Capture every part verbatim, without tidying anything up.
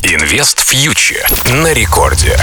Инвест Фьючер на рекорде.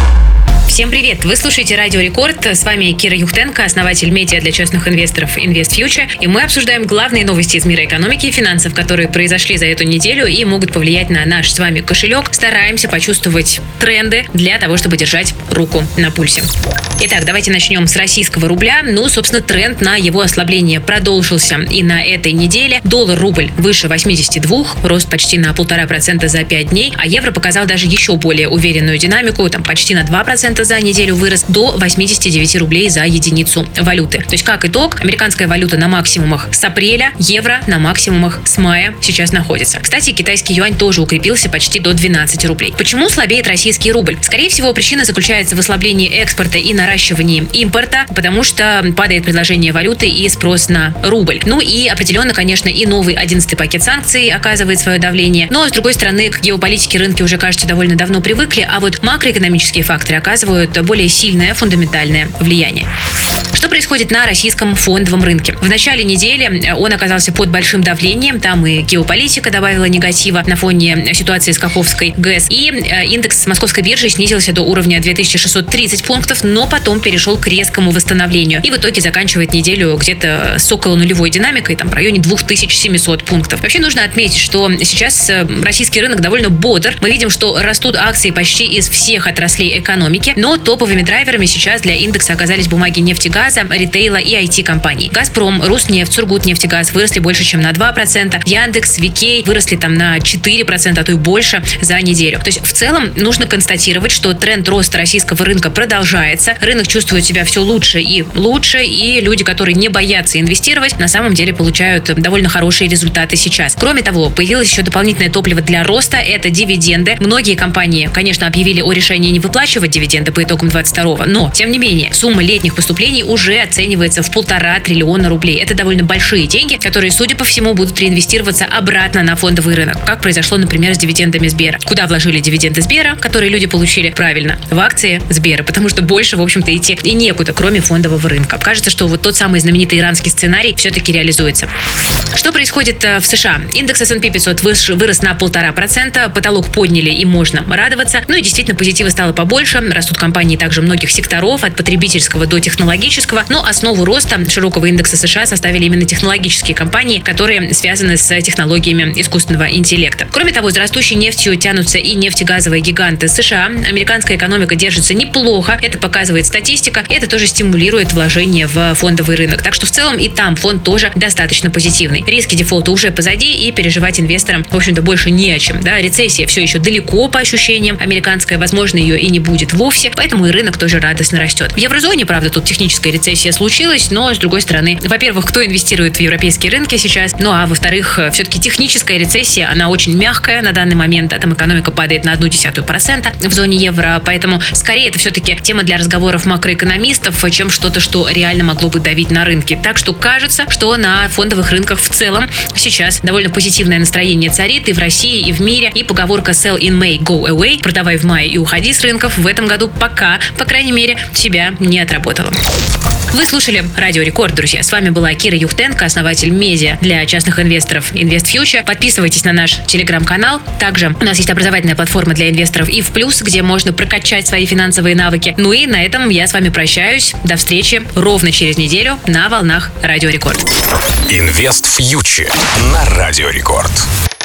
Всем привет! Вы слушаете Радио Рекорд. С вами Кира Юхтенко, основатель медиа для частных инвесторов Инвест Фьючер. И мы обсуждаем главные новости из мира экономики и финансов, которые произошли за эту неделю и могут повлиять на наш с вами кошелек. Стараемся почувствовать тренды для того, чтобы держать руку на пульсе. Итак, давайте начнем с российского рубля. Ну, собственно, тренд на его ослабление продолжился и на этой неделе. Доллар-рубль выше восьмидесяти двух, рост почти на полтора процента за пять дней, а евро показал даже еще более уверенную динамику, там почти на два процента за неделю вырос до восьмидесяти девяти рублей за единицу валюты. То есть, как итог, американская валюта на максимумах с апреля, евро на максимумах с мая сейчас находится. Кстати, китайский юань тоже укрепился почти до двенадцати рублей. Почему слабеет российский рубль? Скорее всего, причина заключается в ослаблении экспорта и наращивании импорта, потому что падает предложение валюты и спрос на рубль. Ну и определенно, конечно, и новый одиннадцатый пакет санкций оказывает свое давление. Но, с другой стороны, к геополитике рынки уже, кажется, довольно давно привыкли, а вот макроэкономические факторы оказывают более сильное фундаментальное влияние. Что происходит на российском фондовом рынке? В начале недели он оказался под большим давлением, там и геополитика добавила негатива на фоне ситуации с Каховской ГЭС, и индекс московской биржи снизился до уровня две тысячи шестьсот тридцать пунктов, но потом перешел к резкому восстановлению и в итоге заканчивает неделю где-то с около нулевой динамикой, там в районе двух тысяч семисот пунктов. Вообще нужно отметить, что сейчас российский рынок довольно бодр. Мы видим, что растут акции почти из всех отраслей экономики, но топовыми драйверами сейчас для индекса оказались бумаги нефтегаза, ритейла и ай ти-компаний. Газпром, Роснефть, Сургутнефтегаз выросли больше, чем на два процента. Яндекс, Викей выросли там на четыре процента, а то и больше за неделю. То есть в целом нужно констатировать, что тренд роста российского рынка продолжается. Рынок чувствует себя все лучше и лучше, и люди, которые не боятся инвестировать, на самом деле получают довольно хорошие результаты сейчас. Кроме того, появилось еще дополнительное топливо для роста – это дивиденды. Многие компании, конечно, объявили о решении не выплачивать дивиденды по итогам двадцать второго, но, тем не менее, сумма летних поступлений уже оценивается в полтора триллиона рублей. Это довольно большие деньги, которые, судя по всему, будут реинвестироваться обратно на фондовый рынок, как произошло, например, с дивидендами Сбера. Куда вложили дивиденды Сбера, которые люди получили? Правильно, в акции Сбера, потому что больше, в общем-то, идти и некуда, кроме фондового рынка. Кажется, что вот тот самый знаменитый иранский сценарий все-таки реализуется. Что происходит в США? Индекс эс энд пи пятьсот вырос на полтора процента, потолок подняли и можно радоваться. Ну и действительно, позитива стало побольше. Растут компании также многих секторов, от потребительского до технологического. Но основу роста широкого индекса США составили именно технологические компании, которые связаны с технологиями искусственного интеллекта. Кроме того, за растущей нефтью тянутся и нефтегазовые гиганты США. Американская экономика держится неплохо, это показывает статистика, и это тоже стимулирует вложения в фондовый рынок. Так что в целом и там фонд тоже достаточно позитивный. Риски дефолта уже позади, и переживать инвесторам, в общем-то, больше не о чем. Да? Рецессия все еще далеко по ощущениям американская, возможно, ее и не будет вовсе, поэтому и рынок тоже радостно растет. В еврозоне, правда, тут техническая рецессия случилась, но, с другой стороны, во-первых, кто инвестирует в европейские рынки сейчас, ну а во-вторых, все-таки техническая рецессия, она очень мягкая на данный момент, а там экономика падает на одну десятую процента в зоне евро, поэтому скорее это все-таки тема для разговоров макроэкономистов, чем что-то, что реально могло бы давить на рынки. Так что кажется, что на фондовых рынках в целом сейчас довольно позитивное настроение царит и в России, и в мире, и поговорка sell in May, go away, продавай в мае и уходи с рынков, в этом году пока, по крайней мере, себя не отработала. Вы слушали Радио Рекорд, друзья. С вами была Кира Юхтенко, основатель медиа для частных инвесторов Инвест Фьючер. Подписывайтесь на наш телеграм-канал. Также у нас есть образовательная платформа для инвесторов и в плюс, где можно прокачать свои финансовые навыки. Ну и на этом я с вами прощаюсь. До встречи ровно через неделю на волнах Радио Рекорд. Инвест Фьючер на Радио Рекорд.